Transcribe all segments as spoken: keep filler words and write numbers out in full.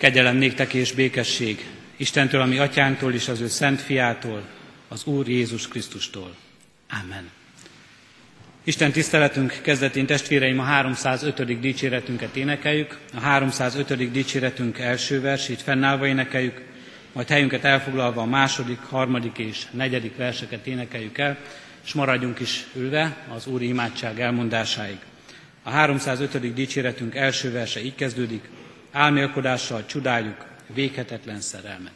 Kegyelem néktek és békesség Istentől, a mi atyánktól és az ő szent fiától, az Úr Jézus Krisztustól. Amen. Isten tiszteletünk kezdetén, testvéreim, a háromszázötödik dicséretünket énekeljük. A háromszázötödik dicséretünk első versét fennállva énekeljük, majd helyünket elfoglalva a második, harmadik és negyedik verseket énekeljük el, és maradjunk is ülve az úri imádság elmondásáig. A háromszázötödik dicséretünk első verse így kezdődik: álmélkodással csodáljuk véghetetlen szerelmed.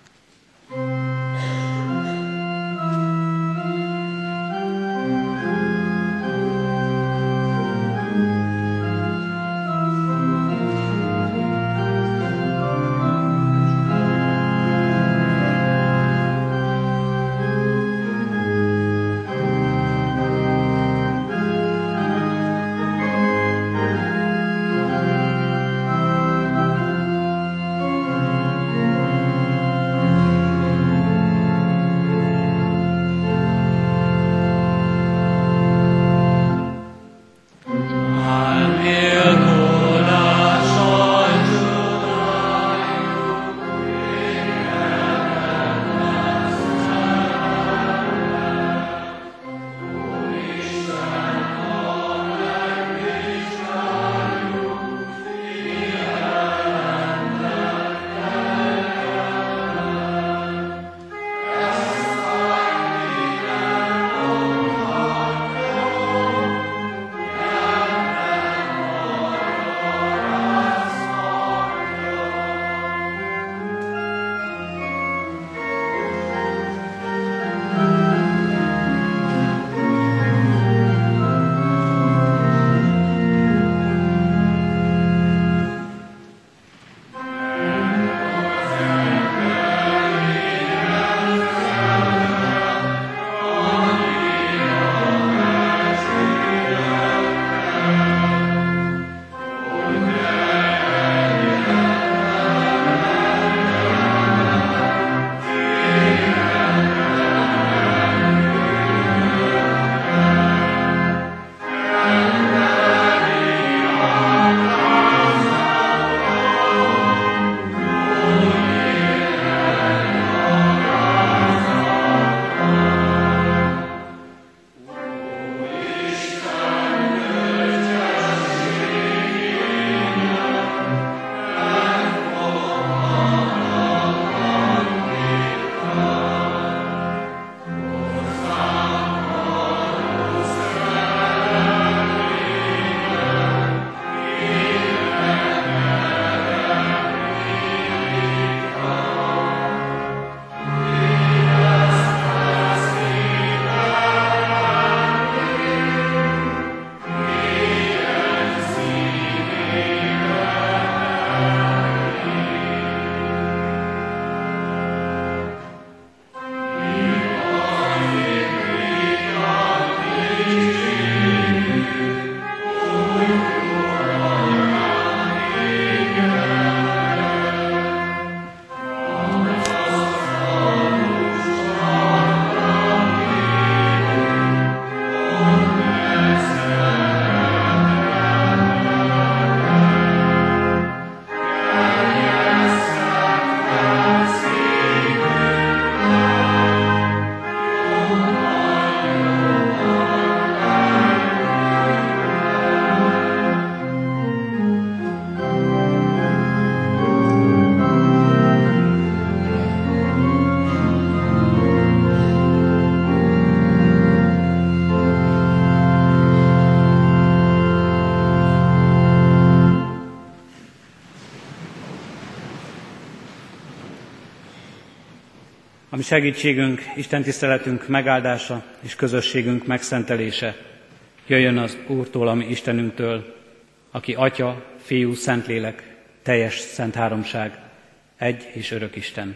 Ami segítségünk, Isten tiszteletünk megáldása és közösségünk megszentelése jöjjön az Úrtól, ami Istenünktől, aki Atya, Fiú, Szentlélek, teljes szent háromság, egy és örök Isten.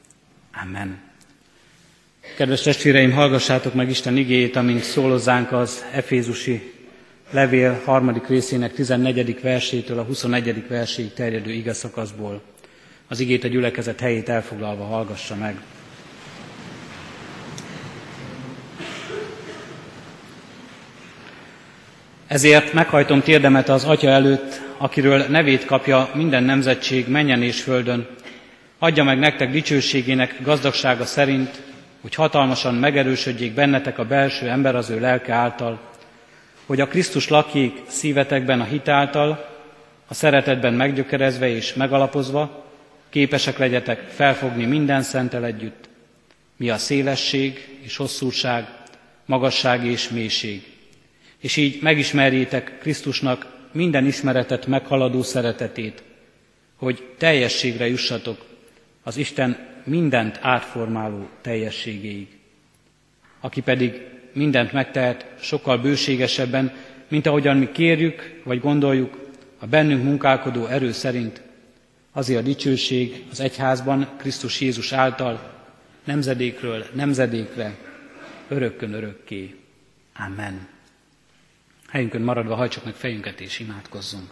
Amen. Kedves testvéreim, hallgassátok meg Isten igéjét, amint szól hozzánk az Efézusi levél harmadik részének tizennegyedik versétől a huszonegyedik verséig terjedő igeszakaszból. Az igét a gyülekezet helyét elfoglalva hallgassa meg. Ezért meghajtom térdemet az Atya előtt, akiről nevét kapja minden nemzetség mennyen és földön. Adja meg nektek dicsőségének gazdagsága szerint, hogy hatalmasan megerősödjék bennetek a belső ember az ő lelke által, hogy a Krisztus lakjék szívetekben a hit által, a szeretetben meggyökerezve és megalapozva, képesek legyetek felfogni minden szentel együtt, mi a szélesség és hosszúság, magasság és mélység, és így megismerjétek Krisztusnak minden ismeretet meghaladó szeretetét, hogy teljességre jussatok az Isten mindent átformáló teljességéig. Aki pedig mindent megtehet sokkal bőségesebben, mint ahogyan mi kérjük vagy gondoljuk, a bennünk munkálkodó erő szerint, azért a dicsőség az egyházban Krisztus Jézus által nemzedékről nemzedékre, örökkön örökké. Amen. Helyünkön maradva hajtsuk meg fejünket és imádkozzunk.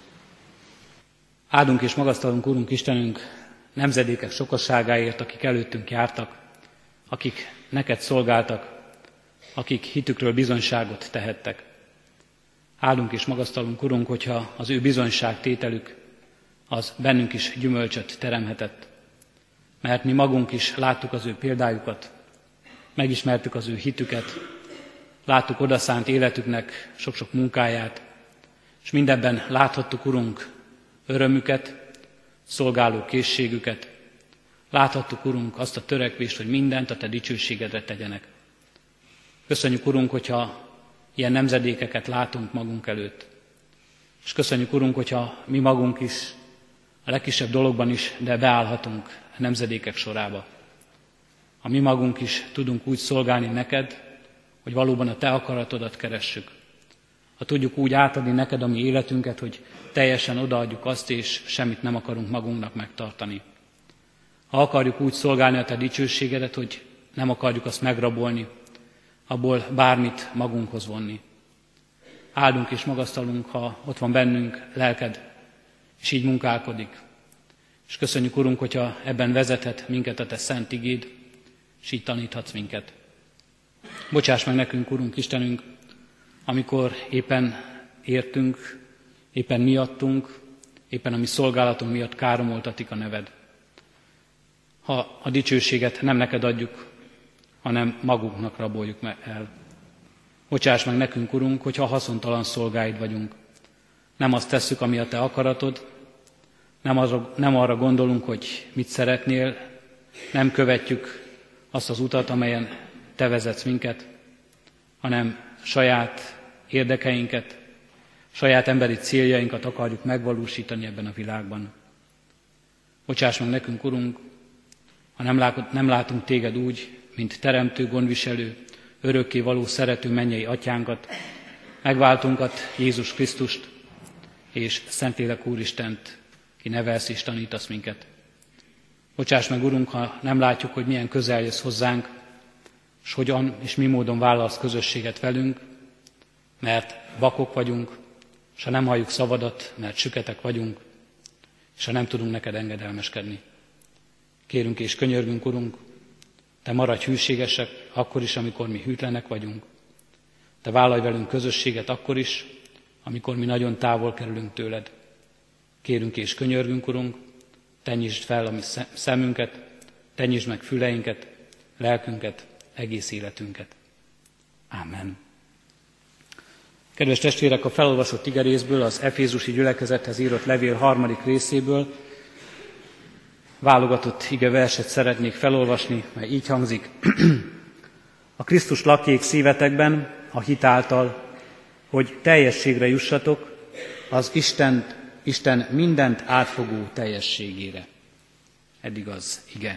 Áldunk és magasztalunk, Urunk Istenünk, nemzedékek sokasságáért, akik előttünk jártak, akik neked szolgáltak, akik hitükről bizonyságot tehettek. Áldunk és magasztalunk, Urunk, hogyha az ő bizonyságtételük az bennünk is gyümölcsöt teremhetett, mert mi magunk is láttuk az ő példájukat, megismertük az ő hitüket, láttuk odaszánt életüknek sok-sok munkáját, és mindebben láthattuk, Urunk, örömüket, szolgáló készségüket. Láthattuk, Urunk, azt a törekvést, hogy mindent a Te dicsőségedre tegyenek. Köszönjük, Urunk, hogyha ilyen nemzedékeket látunk magunk előtt. És köszönjük, Urunk, hogyha mi magunk is, a legkisebb dologban is, de beállhatunk a nemzedékek sorába. Ha mi magunk is tudunk úgy szolgálni neked, hogy valóban a Te akaratodat keressük. Ha tudjuk úgy átadni neked a mi életünket, hogy teljesen odaadjuk azt, és semmit nem akarunk magunknak megtartani. Ha akarjuk úgy szolgálni a Te dicsőségedet, hogy nem akarjuk azt megrabolni, abból bármit magunkhoz vonni. Áldunk és magasztalunk, ha ott van bennünk lelked, és így munkálkodik. És köszönjük, Urunk, hogyha ebben vezethet minket a Te szent igéd, és így taníthatsz minket. Bocsáss meg nekünk, Urunk Istenünk, amikor éppen értünk, éppen miattunk, éppen a mi szolgálatunk miatt káromoltatik a neved. Ha a dicsőséget nem neked adjuk, hanem magunknak raboljuk el. Bocsáss meg nekünk, Urunk, hogyha haszontalan szolgáid vagyunk. Nem azt tesszük, ami a Te akaratod, nem arra, nem arra gondolunk, hogy mit szeretnél, nem követjük azt az utat, amelyen Te vezetsz minket, hanem saját érdekeinket, saját emberi céljainkat akarjuk megvalósítani ebben a világban. Bocsáss meg nekünk, Urunk, ha nem, lát, nem látunk Téged úgy, mint teremtő, gondviselő, örökké való szerető mennyei atyánkat, megváltunkat, Jézus Krisztust, és Szentlélek Úristent, ki nevelsz és tanítasz minket. Bocsáss meg, Urunk, ha nem látjuk, hogy milyen közel jössz hozzánk, és hogyan és mi módon vállalsz közösséget velünk, mert vakok vagyunk, és ha nem halljuk szavadat, mert süketek vagyunk, és ha nem tudunk neked engedelmeskedni. Kérünk és könyörgünk, Urunk, Te maradj hűségesek akkor is, amikor mi hűtlenek vagyunk. Te vállalj velünk közösséget akkor is, amikor mi nagyon távol kerülünk tőled. Kérünk és könyörgünk, Urunk, Te nyisd fel a mi szemünket, Te nyisd meg füleinket, lelkünket, egész életünket. Ámen. Kedves testvérek, a felolvasott igerészből, az Efézusi gyülekezethez írott levél harmadik részéből válogatott igeverset szeretnék felolvasni, mely így hangzik. A Krisztus lakjék szívetekben a hit által, hogy teljességre jussatok az Isten, Isten mindent átfogó teljességére. Eddig az ige.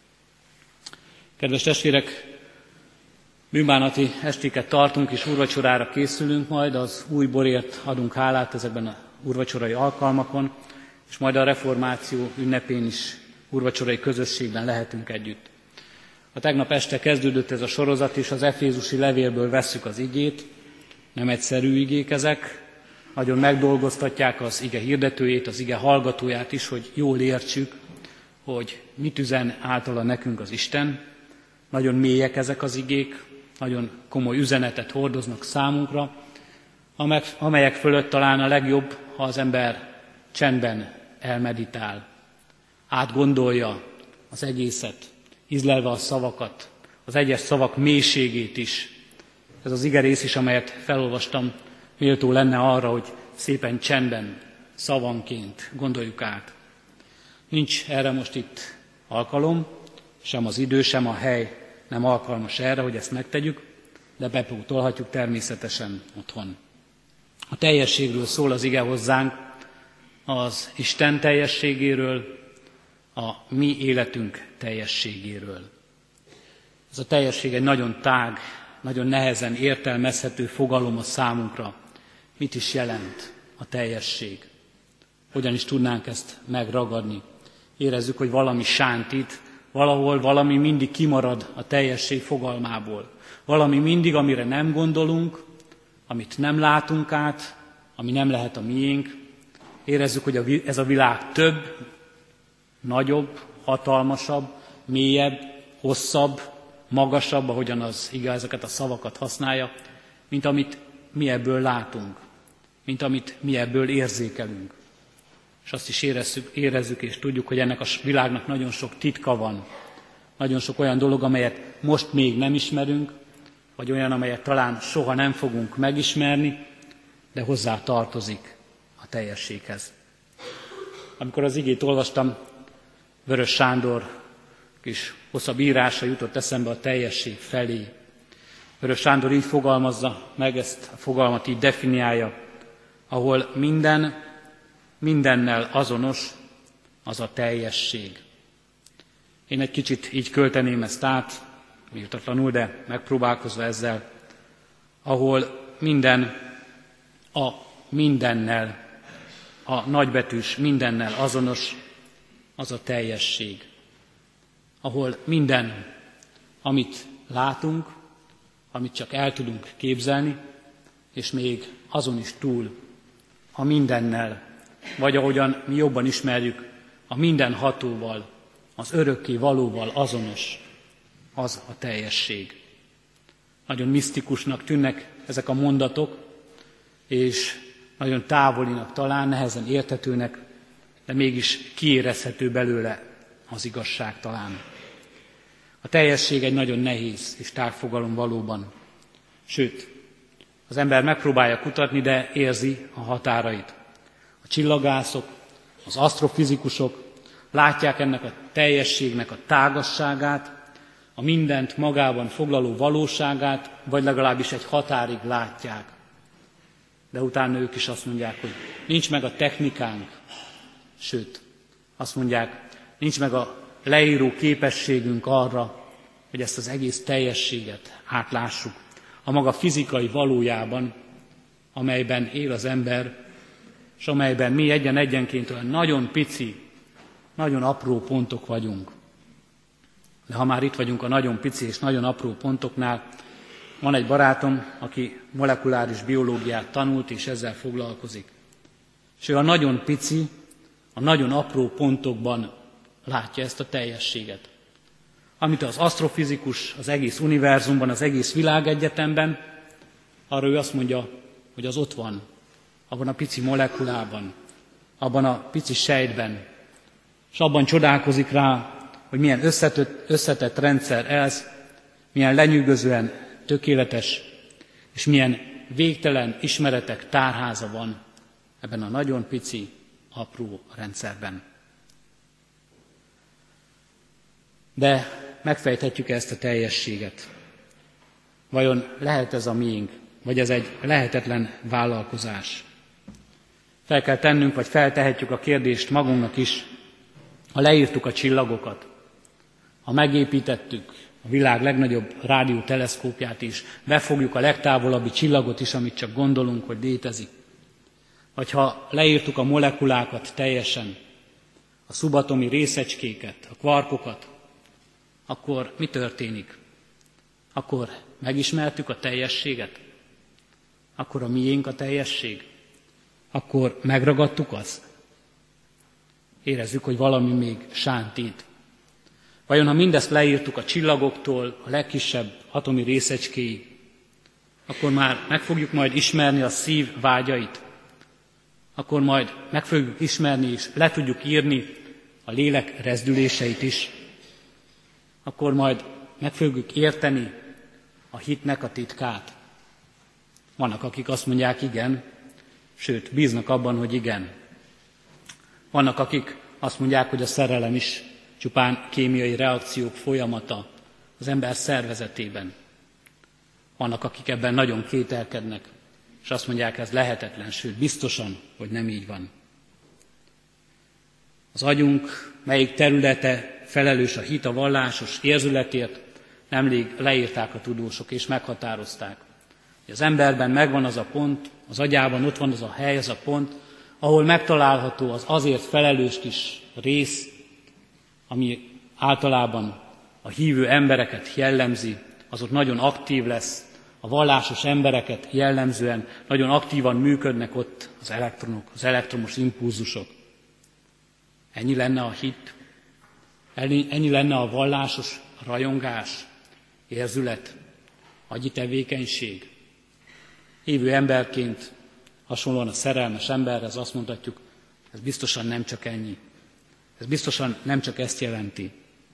Kedves testvérek, bűnbánati estéket tartunk, és úrvacsorára készülünk majd, az új borért adunk hálát ezekben a úrvacsorai alkalmakon, és majd a reformáció ünnepén is úrvacsorai közösségben lehetünk együtt. A tegnap este kezdődött ez a sorozat, és az efézusi levélből vesszük az igét, nem egyszerű igék ezek, nagyon megdolgoztatják az ige hirdetőjét, az ige hallgatóját is, hogy jól értsük, hogy mit üzen általa nekünk az Isten. Nagyon mélyek ezek az igék, nagyon komoly üzenetet hordoznak számunkra. amelyek fölött talán a legjobb, ha az ember csendben elmeditál, átgondolja az egészet, ízlelve a szavakat, az egyes szavak mélységét is. Ez az igerész is, amelyet felolvastam, méltó lenne arra, hogy szépen csendben, szavanként gondoljuk át. Nincs erre most itt alkalom, sem az idő, sem a hely nem alkalmas erre, hogy ezt megtegyük, de bepótolhatjuk természetesen otthon. A teljességről szól az ige hozzánk, az Isten teljességéről, a mi életünk teljességéről. Ez a teljesség egy nagyon tág, nagyon nehezen értelmezhető fogalom a számunkra. Mit is jelent a teljesség? Hogyan is tudnánk ezt megragadni? Érezzük, hogy valami sántít, valahol valami mindig kimarad a teljesség fogalmából. Valami mindig, amire nem gondolunk, amit nem látunk át, ami nem lehet a miénk. Érezzük, hogy ez a világ több, nagyobb, hatalmasabb, mélyebb, hosszabb, magasabb, ahogyan az ige ezeket a szavakat használja, mint amit mi ebből látunk, mint amit mi ebből érzékelünk. És azt is érezzük, érezzük és tudjuk, hogy ennek a világnak nagyon sok titka van, nagyon sok olyan dolog, amelyet most még nem ismerünk, vagy olyan, amelyet talán soha nem fogunk megismerni, de hozzá tartozik a teljességhez. Amikor az igét olvastam, Vörös Sándor kis hosszabb írása jutott eszembe a teljesség felé. Vörös Sándor így fogalmazza meg, ezt a fogalmat így definiálja, ahol minden, mindennel azonos, az a teljesség. Én egy kicsit így költeném ezt át, írtatlanul, de megpróbálkozva ezzel, ahol minden a mindennel, a nagybetűs mindennel azonos, az a teljesség. Ahol minden, amit látunk, amit csak el tudunk képzelni, és még azon is túl, a mindennel, vagy ahogyan mi jobban ismerjük, a mindenhatóval, az örökké valóval azonos, az a teljesség. Nagyon misztikusnak tűnnek ezek a mondatok, és nagyon távolinak talán, nehezen érthetőnek, de mégis kiérezhető belőle az igazság talán. A teljesség egy nagyon nehéz és tág fogalom valóban. Sőt, az ember megpróbálja kutatni, de érzi a határait. A csillagászok, az asztrofizikusok látják ennek a teljességnek a tágasságát, a mindent magában foglaló valóságát, vagy legalábbis egy határig látják. De utána ők is azt mondják, hogy nincs meg a technikánk, sőt, azt mondják, nincs meg a leíró képességünk arra, hogy ezt az egész teljességet átlássuk a maga fizikai valójában, amelyben él az ember, és amelyben mi egyen-egyenként olyan nagyon pici, nagyon apró pontok vagyunk. De ha már itt vagyunk a nagyon pici és nagyon apró pontoknál, van egy barátom, aki molekuláris biológiát tanult, és ezzel foglalkozik. És ő a nagyon pici, a nagyon apró pontokban látja ezt a teljességet. Amit az asztrofizikus az egész univerzumban, az egész világegyetemben, arra ő azt mondja, hogy az ott van, abban a pici molekulában, abban a pici sejtben, és abban csodálkozik rá, hogy milyen összetett, összetett rendszer ez, milyen lenyűgözően tökéletes, és milyen végtelen ismeretek tárháza van ebben a nagyon pici, apró rendszerben. De megfejthetjük ezt a teljességet. Vajon lehet ez a miénk, vagy ez egy lehetetlen vállalkozás? Fel kell tennünk, vagy feltehetjük a kérdést magunknak is, ha leírtuk a csillagokat, ha megépítettük a világ legnagyobb rádióteleszkópját is, befogjuk a legtávolabbi csillagot is, amit csak gondolunk, hogy létezik, vagy ha leírtuk a molekulákat teljesen, a szubatomi részecskéket, a kvarkokat, akkor mi történik? Akkor megismertük a teljességet? Akkor a miénk a teljesség? Akkor megragadtuk azt? Érezzük, hogy valami még sántít. Vajon ha mindezt leírtuk a csillagoktól, a legkisebb atomi részecskéig, akkor már meg fogjuk majd ismerni a szív vágyait, akkor majd meg fogjuk ismerni és le tudjuk írni a lélek rezdüléseit is, akkor majd meg fogjuk érteni a hitnek a titkát. Vannak, akik azt mondják igen, sőt, bíznak abban, hogy igen. Vannak, akik azt mondják, hogy a szerelem is csupán kémiai reakciók folyamata az ember szervezetében. Vannak, akik ebben nagyon kételkednek, és azt mondják, ez lehetetlen, sőt, biztosan, hogy nem így van. Az agyunk, melyik területe felelős a hit, a vallásos érzületért, nemrég leírták a tudósok és meghatározták. Az emberben megvan az a pont, az agyában ott van az a hely, az a pont, ahol megtalálható az azért felelős kis rész, ami általában a hívő embereket jellemzi, az ott nagyon aktív lesz, a vallásos embereket jellemzően nagyon aktívan működnek ott az elektronok, az elektromos impulzusok. Ennyi lenne a hit, ennyi, ennyi lenne a vallásos rajongás, érzület, agyi tevékenység. Hívő emberként, hasonlóan a szerelmes emberhez azt mondhatjuk, ez biztosan nem csak ennyi. Ez biztosan nem csak ezt jelenti.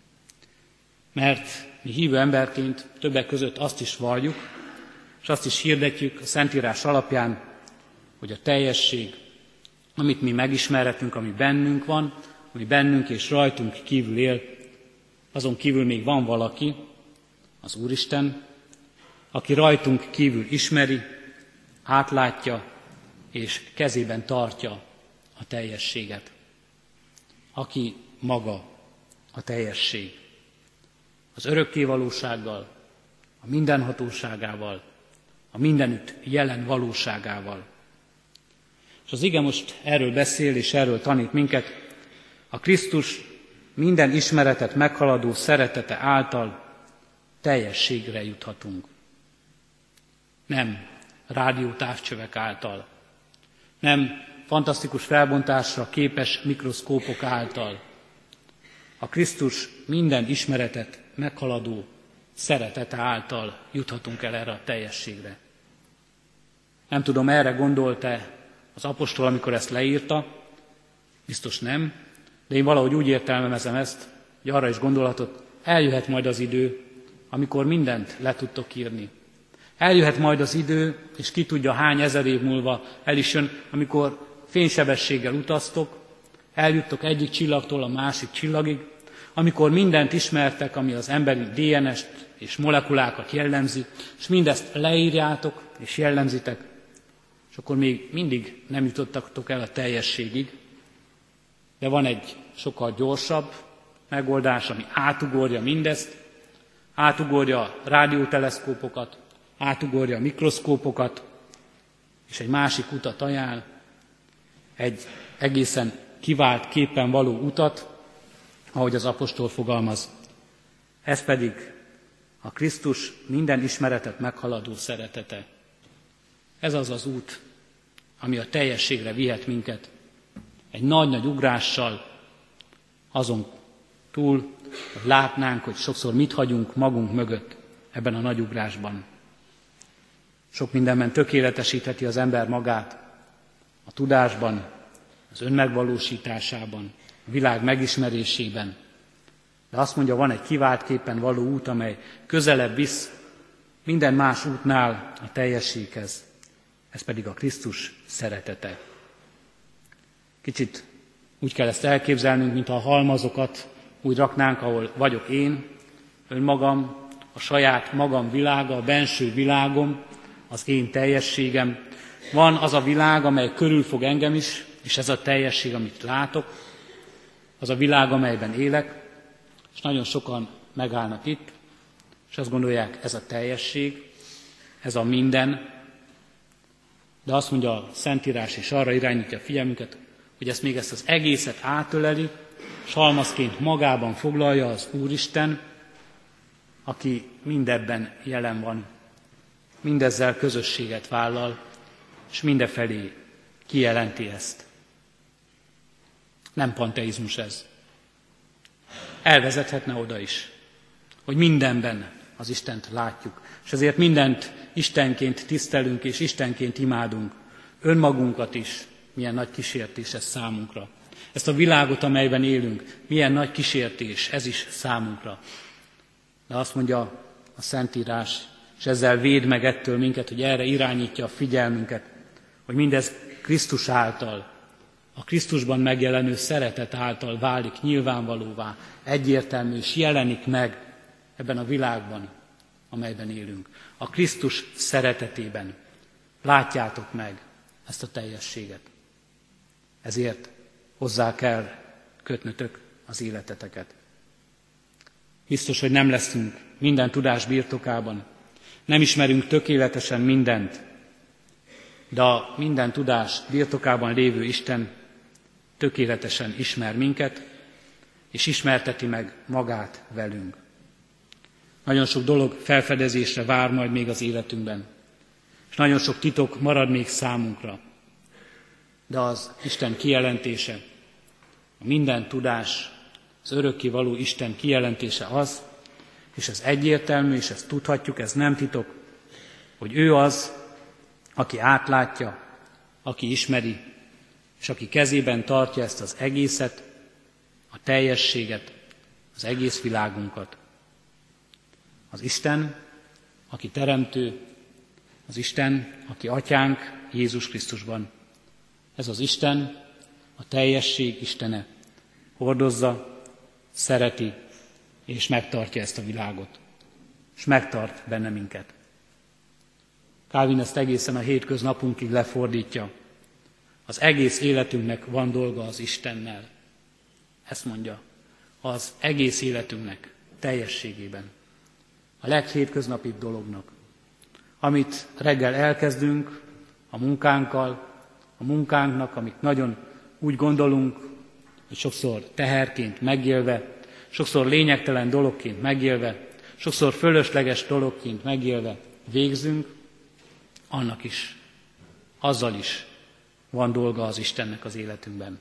Mert mi hívő emberként többek között azt is valljuk, és azt is hirdetjük a Szentírás alapján, hogy a teljesség, amit mi megismerhetünk, ami bennünk van, ami bennünk és rajtunk kívül él, azon kívül még van valaki, az Úristen, aki rajtunk kívül ismeri, átlátja és kezében tartja a teljességet. Aki maga a teljesség. Az örökké valósággal, a mindenhatóságával, a mindenütt jelen valóságával. És az ige most erről beszél és erről tanít minket. A Krisztus minden ismeretet meghaladó szeretete által teljességre juthatunk. Nem rádiótávcsövek által, nem fantasztikus felbontásra képes mikroszkópok által. A Krisztus minden ismeretet meghaladó szeretete által juthatunk el erre a teljességre. Nem tudom, erre gondolt-e az apostol, amikor ezt leírta, biztos nem, de én valahogy úgy értelmezem ezt, hogy arra is gondolhatott, eljöhet majd az idő, amikor mindent le tudtok írni. Eljöhet majd az idő, és ki tudja hány ezer év múlva el is jön, amikor fénysebességgel utaztok, eljuttok egyik csillagtól a másik csillagig, amikor mindent ismertek, ami az emberi dé en est és molekulákat jellemzi, és mindezt leírjátok és jellemzitek, és akkor még mindig nem jutottatok el a teljességig, de van egy sokkal gyorsabb megoldás, ami átugorja mindezt, átugorja a rádióteleszkópokat, átugorja a mikroszkópokat, és egy másik utat ajánl, egy egészen kivált képen való utat, ahogy az apostol fogalmaz. Ez pedig a Krisztus minden ismeretet meghaladó szeretete. Ez az az út, ami a teljességre vihet minket. Egy nagy-nagy ugrással azon túl, hogy látnánk, hogy sokszor mit hagyunk magunk mögött ebben a nagy ugrásban. Sok mindenben tökéletesítheti az ember magát, a tudásban, az önmegvalósításában, a világ megismerésében. De azt mondja, van egy kiváltképpen való út, amely közelebb visz minden más útnál a teljességhez. Ez pedig a Krisztus szeretete. Kicsit úgy kell ezt elképzelnünk, mintha a halmazokat úgy raknánk, ahol vagyok én, önmagam, a saját magam világa, a benső világom, az én teljességem. Van az a világ, amely körülfog engem is, és ez a teljesség, amit látok, az a világ, amelyben élek, és nagyon sokan megállnak itt, és azt gondolják, ez a teljesség, ez a minden, de azt mondja a Szentírás, és arra irányítja a figyelmünket, hogy ezt még ezt az egészet átöleli, és halmazként magában foglalja az Úristen, aki mindebben jelen van, mindezzel közösséget vállal, és mindefelé kijelenti ezt. Nem panteizmus ez. Elvezethetne oda is, hogy mindenben az Istent látjuk. És ezért mindent Istenként tisztelünk és Istenként imádunk. Önmagunkat is, milyen nagy kísértés ez számunkra. Ezt a világot, amelyben élünk, milyen nagy kísértés ez is számunkra. De azt mondja a Szentírás, és ezzel véd meg ettől minket, hogy erre irányítja a figyelmünket, hogy mindez Krisztus által, a Krisztusban megjelenő szeretet által válik nyilvánvalóvá, egyértelmű és jelenik meg ebben a világban, amelyben élünk. A Krisztus szeretetében látjátok meg ezt a teljességet. Ezért hozzá kell kötnötök az életeteket. Biztos, hogy nem leszünk minden tudás birtokában, nem ismerünk tökéletesen mindent, de a minden tudás birtokában lévő Isten tökéletesen ismer minket, és ismerteti meg magát velünk. Nagyon sok dolog felfedezésre vár majd még az életünkben, és nagyon sok titok marad még számunkra. De az Isten kijelentése, a minden tudás, az örökkévaló Isten kijelentése az, és ez egyértelmű, és ezt tudhatjuk, ez nem titok, hogy ő az, aki átlátja, aki ismeri, és aki kezében tartja ezt az egészet, a teljességet, az egész világunkat. Az Isten, aki teremtő, az Isten, aki atyánk Jézus Krisztusban. Ez az Isten, a teljesség Istene, hordozza, szereti, és megtartja ezt a világot. És megtart benne minket. Calvin ezt egészen a hétköznapunkig lefordítja. Az egész életünknek van dolga az Istennel. Ezt mondja, az egész életünknek teljességében. A leghétköznapibb dolognak. Amit reggel elkezdünk a munkánkkal, a munkánknak, amit nagyon úgy gondolunk, hogy sokszor teherként megélve, sokszor lényegtelen dologként megélve, sokszor fölösleges dologként megélve végzünk, annak is, azzal is van dolga az Istennek az életünkben.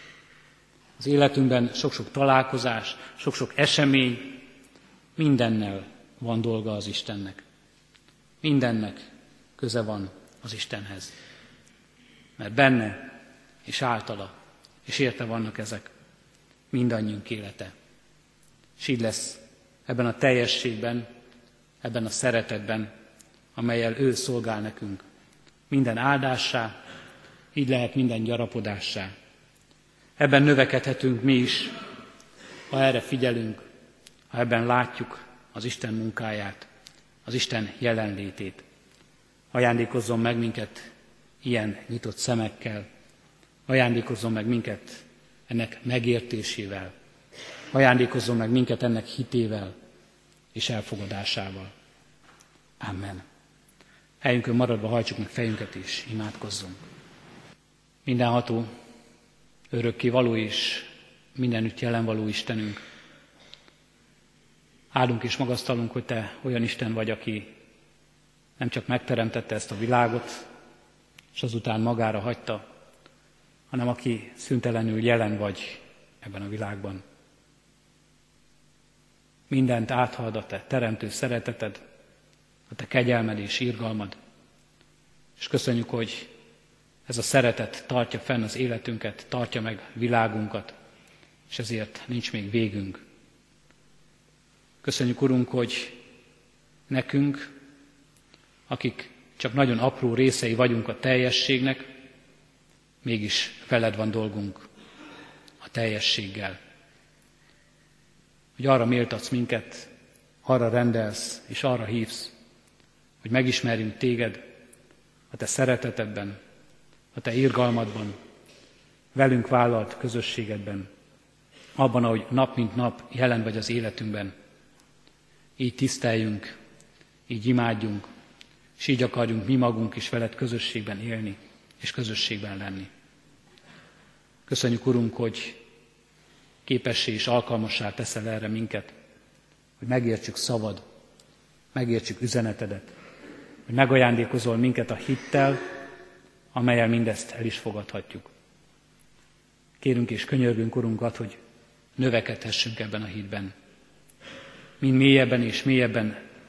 Az életünkben sok-sok találkozás, sok-sok esemény, mindennel van dolga az Istennek. Mindennek köze van az Istenhez. Mert benne és általa és érte vannak ezek mindannyiunk élete. És így lesz ebben a teljességben, ebben a szeretetben, amellyel ő szolgál nekünk. Minden áldássá, így lehet minden gyarapodássá. Ebben növekedhetünk mi is, ha erre figyelünk, ha ebben látjuk az Isten munkáját, az Isten jelenlétét. Ajándékozzon meg minket ilyen nyitott szemekkel, ajándékozzon meg minket ennek megértésével, ajándékozzon meg minket ennek hitével és elfogadásával. Amen. Helyünkön maradva hajtsuk meg fejünket és imádkozzunk. Mindenható, örökké való és mindenütt jelen való Istenünk, áldunk és magasztalunk, hogy Te olyan Isten vagy, aki nem csak megteremtette ezt a világot, és azután magára hagyta, hanem aki szüntelenül jelen vagy ebben a világban. Mindent áthalad a Te teremtő szereteted, a Te kegyelmed és irgalmad, és köszönjük, hogy ez a szeretet tartja fenn az életünket, tartja meg világunkat, és ezért nincs még végünk. Köszönjük, Urunk, hogy nekünk, akik csak nagyon apró részei vagyunk a teljességnek, mégis veled van dolgunk a teljességgel. Hogy arra méltatsz minket, arra rendelsz és arra hívsz, hogy megismerjünk téged a te szeretetedben, a te irgalmadban, velünk vállalt közösségedben, abban, ahogy nap mint nap jelen vagy az életünkben. Így tiszteljünk, így imádjunk, és így akarjunk mi magunk is veled közösségben élni, és közösségben lenni. Köszönjük, Urunk, hogy képessé és alkalmassá teszel erre minket, hogy megértsük szavad, megértsük üzenetedet, hogy megajándékozol minket a hittel, amellyel mindezt el is fogadhatjuk. Kérünk és könyörgünk, Urunkat, hogy növekedhessünk ebben a hitben. Mind mélyebben és mélyebben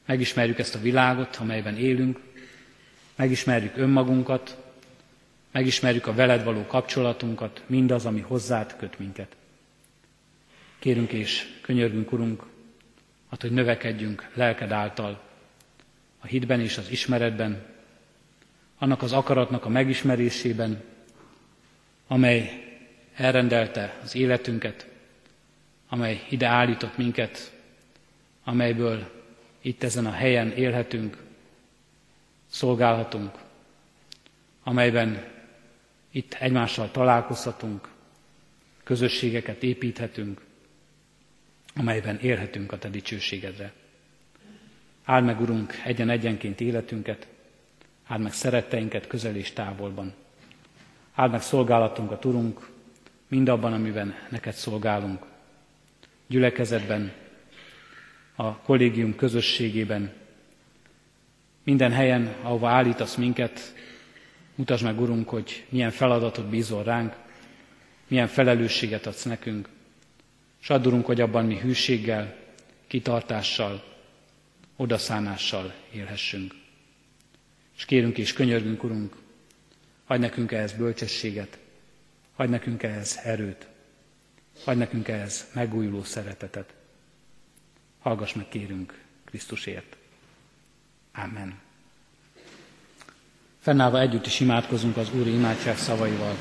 Megismerjük ezt a világot, amelyben élünk, megismerjük önmagunkat, megismerjük a veled való kapcsolatunkat, mindaz, ami hozzád köt minket. Kérünk és könyörgünk, Urunk, hát, hogy növekedjünk lelked által a hitben és az ismeretben, annak az akaratnak a megismerésében, amely elrendelte az életünket, amely ide állított minket, amelyből itt ezen a helyen élhetünk, szolgálhatunk, amelyben itt egymással találkozhatunk, közösségeket építhetünk, amelyben élhetünk a te dicsőségedre. Áld meg, Urunk, egyen-egyenként életünket, áld meg szeretteinket közel és távolban. Áld meg szolgálatunkat, Urunk, mindabban, amiben neked szolgálunk. Gyülekezetben, a kollégium közösségében, minden helyen, ahova állítasz minket, mutasd meg, Urunk, hogy milyen feladatot bízol ránk, milyen felelősséget adsz nekünk, és add, Urunk, hogy abban mi hűséggel, kitartással, odaszánással élhessünk. És kérünk és könyörgünk, Urunk, adj nekünk ehhez bölcsességet, adj nekünk ehhez erőt, adj nekünk ehhez megújuló szeretetet. Hallgass meg, kérünk, Krisztusért. Amen. Fennállva együtt is imádkozunk az Úri imádság szavaival.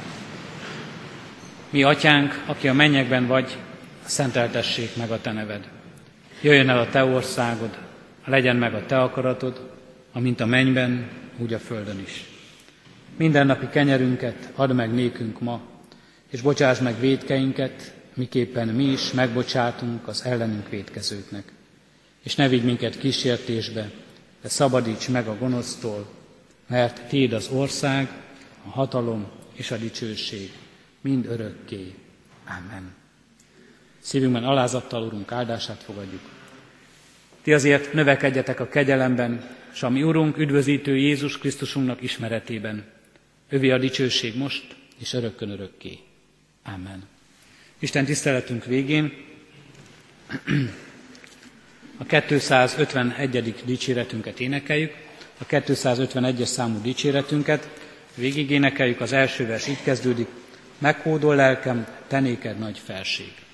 Mi atyánk, aki a mennyekben vagy, szenteltessék meg a te neved. Jöjjön el a te országod, legyen meg a te akaratod, amint a mennyben, úgy a földön is. Mindennapi kenyerünket add meg nékünk ma, és bocsásd meg vétkeinket, miképpen mi is megbocsátunk az ellenünk vétkezőknek. És ne vigy minket kísértésbe, de szabadíts meg a gonosztól, mert tiéd az ország, a hatalom és a dicsőség mind örökké. Amen. Szívünkben alázattal, Urunk, áldását fogadjuk. Ti azért növekedjetek a kegyelemben, s a mi Urunk, üdvözítő Jézus Krisztusunknak ismeretében. Övé a dicsőség most és örökkön örökké. Amen. Isten tiszteletünk végén a kétszázötvenegyedik dicséretünket énekeljük, a kétszázötvenegyes számú dicséretünket végig énekeljük, az első vers így kezdődik: meghódol lelkem, te néked nagy felség.